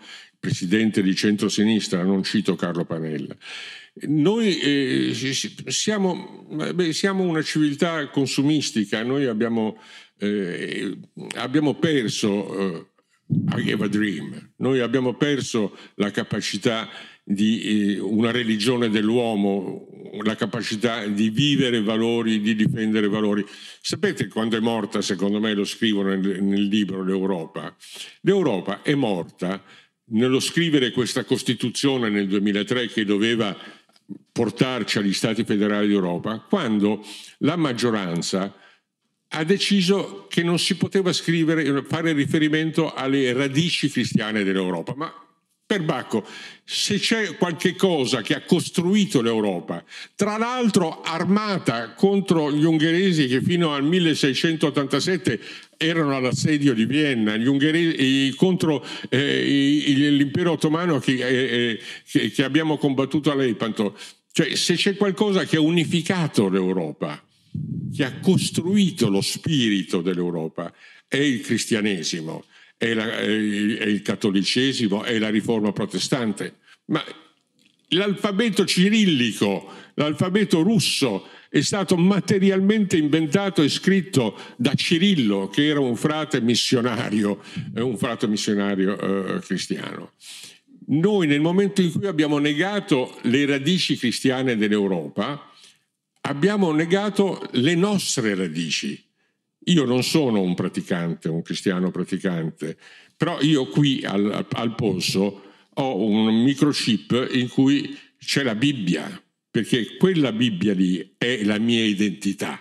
presidente di centrosinistra, non cito Carlo Panella. Noi eh, siamo, beh, siamo una civiltà consumistica, noi abbiamo, eh, abbiamo perso, eh, I have a dream, noi abbiamo perso la capacità di eh, una religione dell'uomo, la capacità di vivere valori, di difendere valori. Sapete quando è morta, secondo me lo scrivo nel, nel libro, l'Europa? L'Europa è morta nello scrivere questa Costituzione nel duemilatré che doveva portarci agli Stati federali d'Europa, quando la maggioranza ha deciso che non si poteva scrivere, fare riferimento alle radici cristiane dell'Europa. Ma perbacco, se c'è qualche cosa che ha costruito l'Europa, tra l'altro armata contro gli ungheresi che fino al milleseicentottantasette erano all'assedio di Vienna, gli ungheresi contro eh, l'impero ottomano che, eh, che, che abbiamo combattuto a Lepanto, cioè se c'è qualcosa che ha unificato l'Europa, che ha costruito lo spirito dell'Europa, è il cristianesimo. È, la, è il cattolicesimo, è la riforma protestante, ma l'alfabeto cirillico, l'alfabeto russo è stato materialmente inventato e scritto da Cirillo, che era un frate missionario, un frate missionario eh, cristiano. Noi nel momento in cui abbiamo negato le radici cristiane dell'Europa, abbiamo negato le nostre radici. Io non sono un praticante, un cristiano praticante, però io qui al, al polso ho un microchip in cui c'è la Bibbia, perché quella Bibbia lì è la mia identità.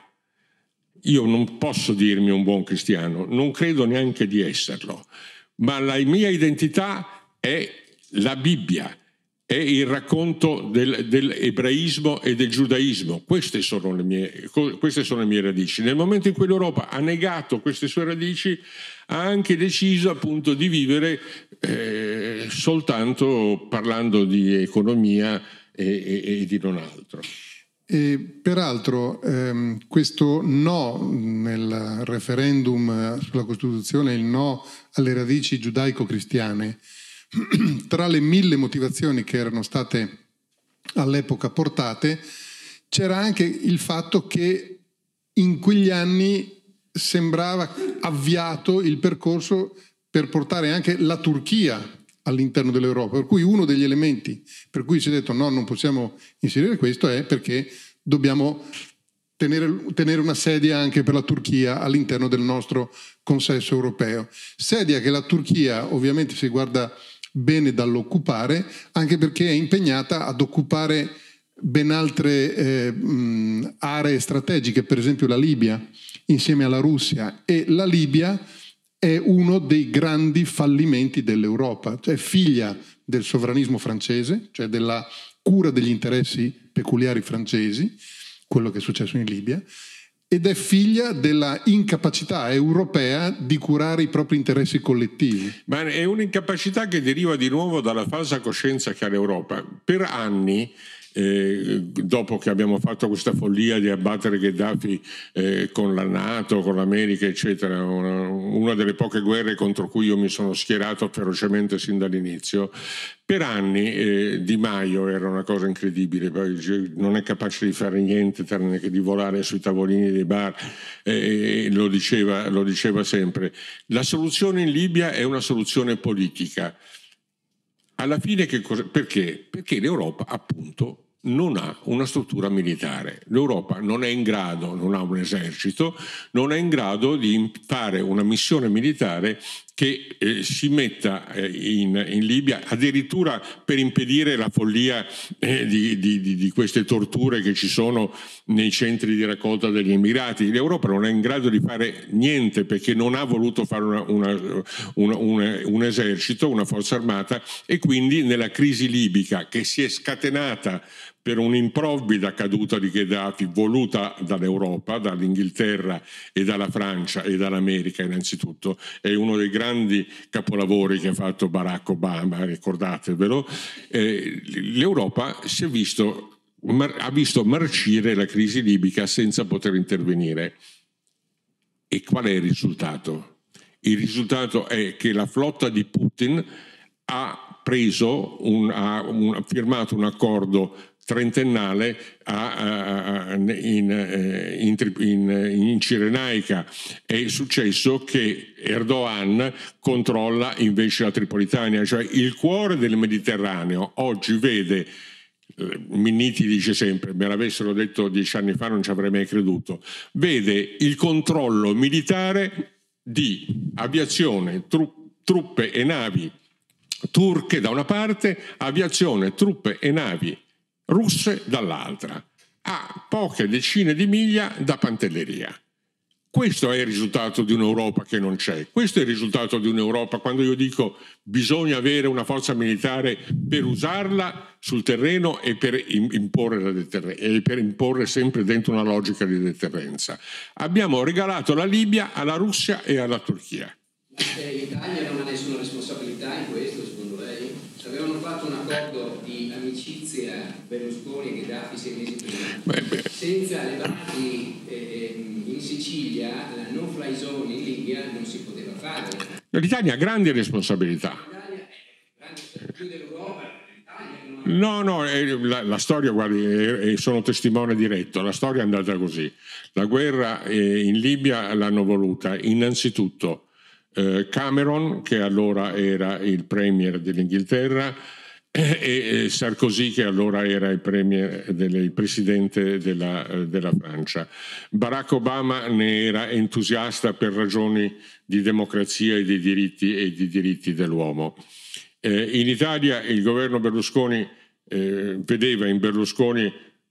Io non posso dirmi un buon cristiano, non credo neanche di esserlo, ma la mia identità è la Bibbia. È il racconto del, dell'ebraismo e del giudaismo. Queste sono, le mie, queste sono le mie radici. Nel momento in cui l'Europa ha negato queste sue radici, ha anche deciso appunto di vivere eh, soltanto parlando di economia e, e, e di non altro.
E peraltro ehm, questo no nel referendum sulla Costituzione, il no alle radici giudaico-cristiane, tra le mille motivazioni che erano state all'epoca portate, c'era anche il fatto che in quegli anni sembrava avviato il percorso per portare anche la Turchia all'interno dell'Europa, per cui uno degli elementi per cui si è detto no, non possiamo inserire questo è perché dobbiamo tenere, tenere una sedia anche per la Turchia all'interno del nostro consesso europeo. Sedia che la Turchia ovviamente si guarda bene dall'occupare, anche perché è impegnata ad occupare ben altre eh, mh, aree strategiche, per esempio la Libia, insieme alla Russia, e la Libia è uno dei grandi fallimenti dell'Europa, cioè figlia del sovranismo francese, cioè della cura degli interessi peculiari francesi, quello che è successo in Libia, ed è figlia della incapacità europea di curare i propri interessi collettivi.
Ma è un'incapacità che deriva di nuovo dalla falsa coscienza che ha l'Europa. Per anni, eh, dopo che abbiamo fatto questa follia di abbattere Gheddafi eh, con la NATO, con l'America, eccetera, una, una delle poche guerre contro cui io mi sono schierato ferocemente sin dall'inizio, per anni eh, Di Maio era una cosa incredibile, non è capace di fare niente tranne che di volare sui tavolini dei bar, eh, lo diceva, lo diceva sempre. La soluzione in Libia è una soluzione politica. Alla fine che cosa? Perché? Perché l'Europa appunto non ha una struttura militare. L'Europa non è in grado, non ha un esercito, non è in grado di fare una missione militare che eh, si metta eh, in, in Libia, addirittura per impedire la follia eh, di, di, di queste torture che ci sono nei centri di raccolta degli immigrati. L'Europa non è in grado di fare niente perché non ha voluto fare una, una, una, una, un esercito, una forza armata, e quindi nella crisi libica che si è scatenata per un'improvvida caduta di Gheddafi voluta dall'Europa, dall'Inghilterra e dalla Francia e dall'America innanzitutto, è uno dei grandi capolavori che ha fatto Barack Obama, ricordatevelo. Eh, L'Europa si è visto, ha visto marcire la crisi libica senza poter intervenire. E qual è il risultato? Il risultato è che la flotta di Putin ha preso, un, ha, un, ha firmato un accordo trentennale a, a, in, in, in, in Cirenaica. È successo che Erdogan controlla invece la Tripolitania, cioè il cuore del Mediterraneo. Oggi vede, Minniti dice sempre, me l'avessero detto dieci anni fa non ci avrei mai creduto, vede il controllo militare di aviazione, tru, truppe e navi turche da una parte, aviazione, truppe e navi russe dall'altra, a poche decine di miglia da Pantelleria. Questo è il risultato di un'Europa che non c'è. Questo è il risultato di un'Europa, quando io dico bisogna avere una forza militare per usarla sul terreno e per imporre, la deterren- e per imporre sempre dentro una logica di deterrenza. Abbiamo regalato la Libia alla Russia e alla Turchia.
L'Italia non ha nessuna responsabilità in questo, secondo lei? Avevano fatto un accordo di amicizia Berlusconi e Gheddafi sei mesi prima. Beh, beh. Senza levarli eh, in Sicilia, la no-fly zone in Libia non si poteva fare.
L'Italia ha grandi responsabilità.
L'Italia è grande, più dell'Europa.
No, no, la, la storia, guardi, sono testimone diretto, la storia è andata così. La guerra in Libia l'hanno voluta innanzitutto Cameron, che allora era il premier dell'Inghilterra, e Sarkozy, che allora era il, premier del, il presidente della, della Francia. Barack Obama ne era entusiasta per ragioni di democrazia e di diritti, e di diritti dell'uomo. Eh, in Italia il governo Berlusconi eh, vedeva in Berlusconi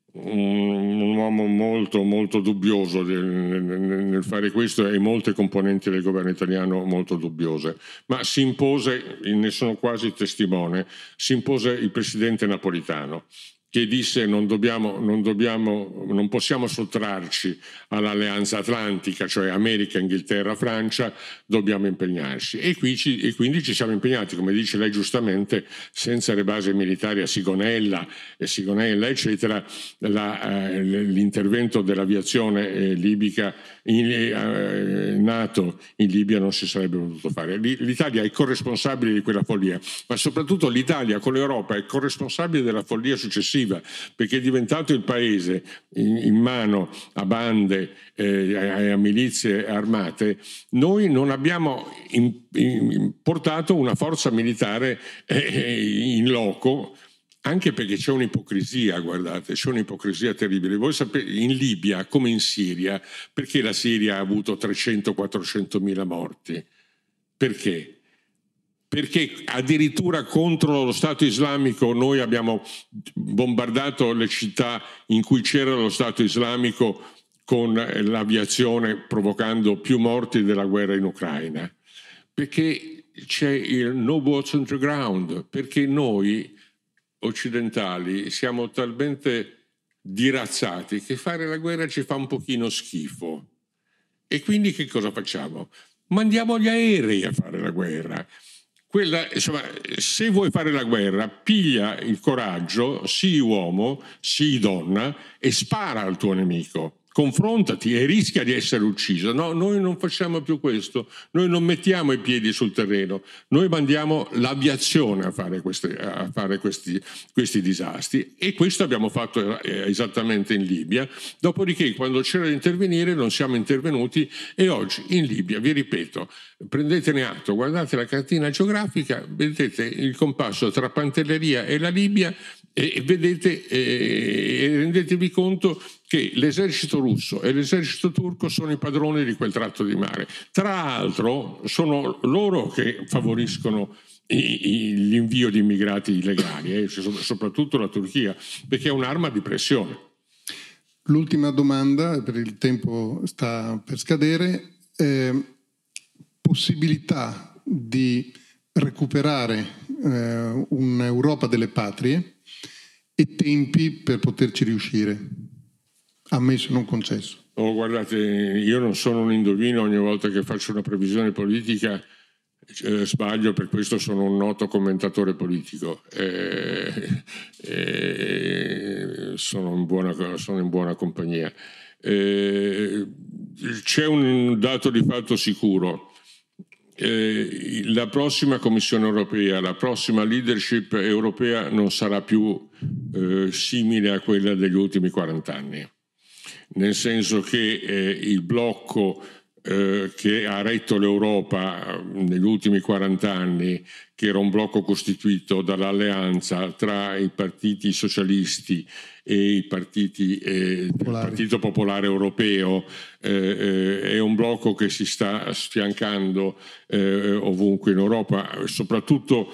un, un uomo molto molto dubbioso nel, nel, nel fare questo, e molte componenti del governo italiano molto dubbiose, ma si impose, ne sono quasi testimone, si impose il presidente Napolitano, che disse non dobbiamo, non dobbiamo, non possiamo sottrarci all'alleanza atlantica, cioè America, Inghilterra, Francia, dobbiamo impegnarci. E, qui ci, e quindi ci siamo impegnati, come dice lei giustamente, senza le basi militari a Sigonella, e Sigonella eccetera, la, eh, l'intervento dell'aviazione eh, libica in, eh, NATO in Libia non si sarebbe potuto fare. L'Italia è corresponsabile di quella follia, ma soprattutto l'Italia con l'Europa è corresponsabile della follia successiva, perché è diventato il paese in, in mano a bande e eh, a milizie armate. Noi non abbiamo in, in, portato una forza militare eh, in loco, anche perché c'è un'ipocrisia, guardate, c'è un'ipocrisia terribile. Voi sapete, in Libia come in Siria, perché la Siria ha avuto trecento quattrocento mila morti? Perché? Perché addirittura contro lo Stato islamico noi abbiamo bombardato le città in cui c'era lo Stato islamico con l'aviazione, provocando più morti della guerra in Ucraina. Perché c'è il no boats on the ground, perché noi occidentali siamo talmente dirazzati che fare la guerra ci fa un pochino schifo. E quindi che cosa facciamo? Mandiamo gli aerei a fare la guerra. Quella, insomma, se vuoi fare la guerra, piglia il coraggio, sii uomo, sii donna e spara al tuo nemico. Confrontati e rischia di essere ucciso. No, noi non facciamo più questo, noi non mettiamo i piedi sul terreno, noi mandiamo l'aviazione a fare, queste, a fare questi, questi disastri, e questo abbiamo fatto esattamente in Libia. Dopodiché, quando c'era da intervenire, non siamo intervenuti, e oggi in Libia, vi ripeto, prendetene atto, guardate la cartina geografica, vedete il compasso tra Pantelleria e la Libia, e vedete e rendetevi conto che l'esercito russo e l'esercito turco sono i padroni di quel tratto di mare. Tra l'altro sono loro che favoriscono i, i, l'invio di immigrati illegali, eh, soprattutto la Turchia, perché è un'arma di pressione.
L'ultima domanda, per il tempo sta per scadere, eh, possibilità di recuperare eh, un'Europa delle patrie e tempi per poterci riuscire, ammesso non concesso.
Oh, guardate, io non sono un indovino, ogni volta che faccio una previsione politica eh, sbaglio, per questo sono un noto commentatore politico, eh, eh, sono, in buona, sono in buona compagnia. Eh, c'è un dato di fatto sicuro: eh, la prossima Commissione europea, la prossima leadership europea non sarà più eh, simile a quella degli ultimi quaranta anni, nel senso che eh, il blocco eh, che ha retto l'Europa negli ultimi quaranta anni, che era un blocco costituito dall'alleanza tra i partiti socialisti e i partiti eh, il Partito Popolare Europeo, eh, eh, è un blocco che si sta sfiancando eh, ovunque in Europa, soprattutto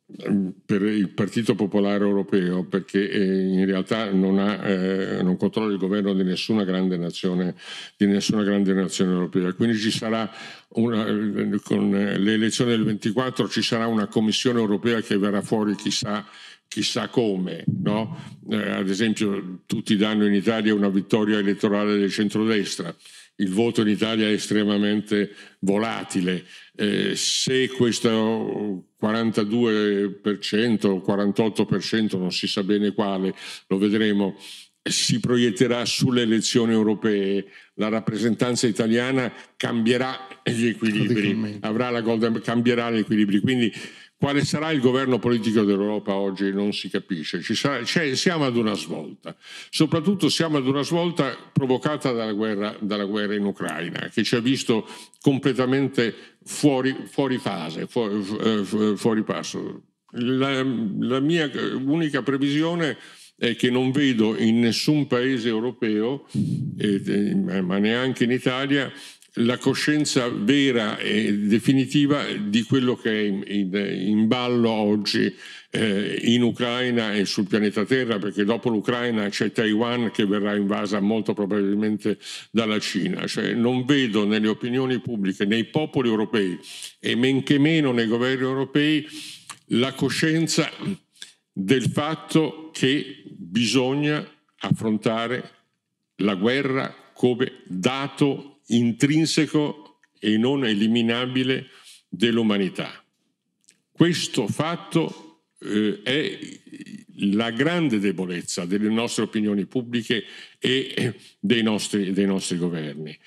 per il Partito Popolare Europeo, perché eh, in realtà non, ha, eh, non controlla il governo di nessuna grande nazione, di nessuna grande nazione europea. Quindi ci sarà una, con le elezioni del ventiquattro ci sarà una Commissione europea che verrà fuori chissà chissà come, no? Eh, ad esempio tutti danno in Italia una vittoria elettorale del centrodestra, il voto in Italia è estremamente volatile, eh, se questo quarantadue per cento o quarantotto per cento, non si sa bene quale, lo vedremo, si proietterà sulle elezioni europee, la rappresentanza italiana cambierà gli equilibri, avrà la golden, cambierà gli equilibri, quindi quale sarà il governo politico dell'Europa oggi non si capisce. Ci sarà, cioè, siamo ad una svolta, soprattutto siamo ad una svolta provocata dalla guerra, dalla guerra in Ucraina, che ci ha visto completamente fuori, fuori fase, fuori, fuori passo. La, la mia unica previsione è che non vedo in nessun paese europeo, eh, ma neanche in Italia, la coscienza vera e definitiva di quello che è in, in, in ballo oggi eh, in Ucraina e sul pianeta Terra, perché dopo l'Ucraina c'è Taiwan che verrà invasa molto probabilmente dalla Cina. Cioè, non vedo nelle opinioni pubbliche, nei popoli europei e men che meno nei governi europei la coscienza del fatto che bisogna affrontare la guerra come dato intrinseco e non eliminabile dell'umanità. Questo fatto eh, è la grande debolezza delle nostre opinioni pubbliche e dei nostri, dei nostri governi.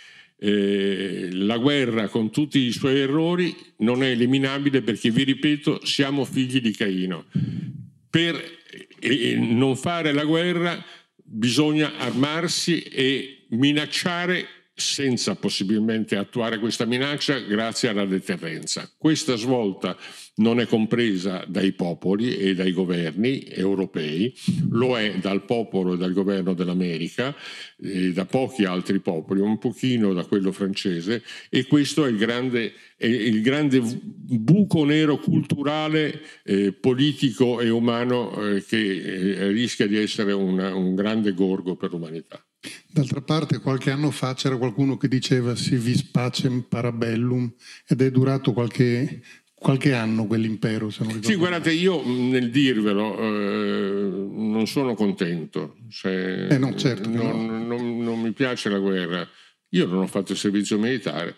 Eh, la guerra, con tutti i suoi errori, non è eliminabile perché, vi ripeto, siamo figli di Caino. Per eh, non fare la guerra bisogna armarsi e minacciare senza possibilmente attuare questa minaccia grazie alla deterrenza. Questa svolta non è compresa dai popoli e dai governi europei, lo è dal popolo e dal governo dell'America, e da pochi altri popoli, un pochino da quello francese, e questo è il grande, è il grande buco nero culturale, eh, politico e umano eh, che eh, rischia di essere una, un grande gorgo per l'umanità.
D'altra parte, qualche anno fa c'era qualcuno che diceva si vis pacem parabellum, ed è durato qualche, qualche anno quell'impero, se non ricordo.
Sì, guardate, io nel dirvelo eh, non sono contento. Cioè,
eh no, certo.
Non,
no.
non, non mi piace la guerra. Io non ho fatto il servizio militare,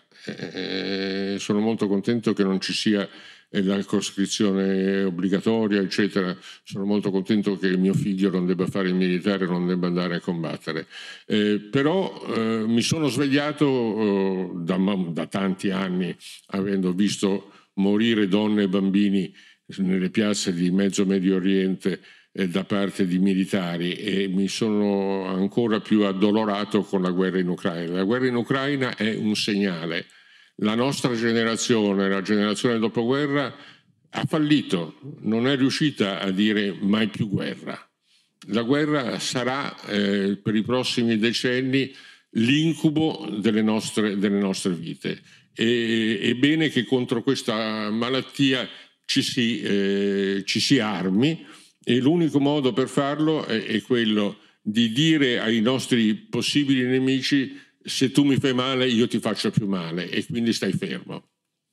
eh, sono molto contento che non ci sia la coscrizione obbligatoria, eccetera. Sono molto contento che mio figlio non debba fare il militare, non debba andare a combattere. Eh, però eh, mi sono svegliato eh, da, da tanti anni, avendo visto morire donne e bambini nelle piazze di mezzo Medio Oriente eh, da parte di militari, e mi sono ancora più addolorato con la guerra in Ucraina. La guerra in Ucraina è un segnale. La nostra generazione, la generazione del dopoguerra, ha fallito, non è riuscita a dire mai più guerra. La guerra sarà eh, per i prossimi decenni l'incubo delle nostre, delle nostre vite. E, è bene che contro questa malattia ci si, eh, ci si armi, e l'unico modo per farlo è, è quello di dire ai nostri possibili nemici: se tu mi fai male io ti faccio più male, e quindi stai fermo.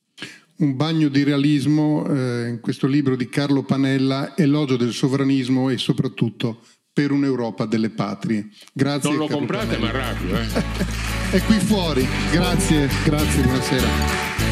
Un bagno di realismo eh, in questo libro di Carlo Panella, Elogio del sovranismo e soprattutto per un'Europa delle patrie. Grazie.
Non lo
Carlo
comprate,
Panella.
ma rapido, eh.
È qui fuori. Grazie, grazie, buonasera.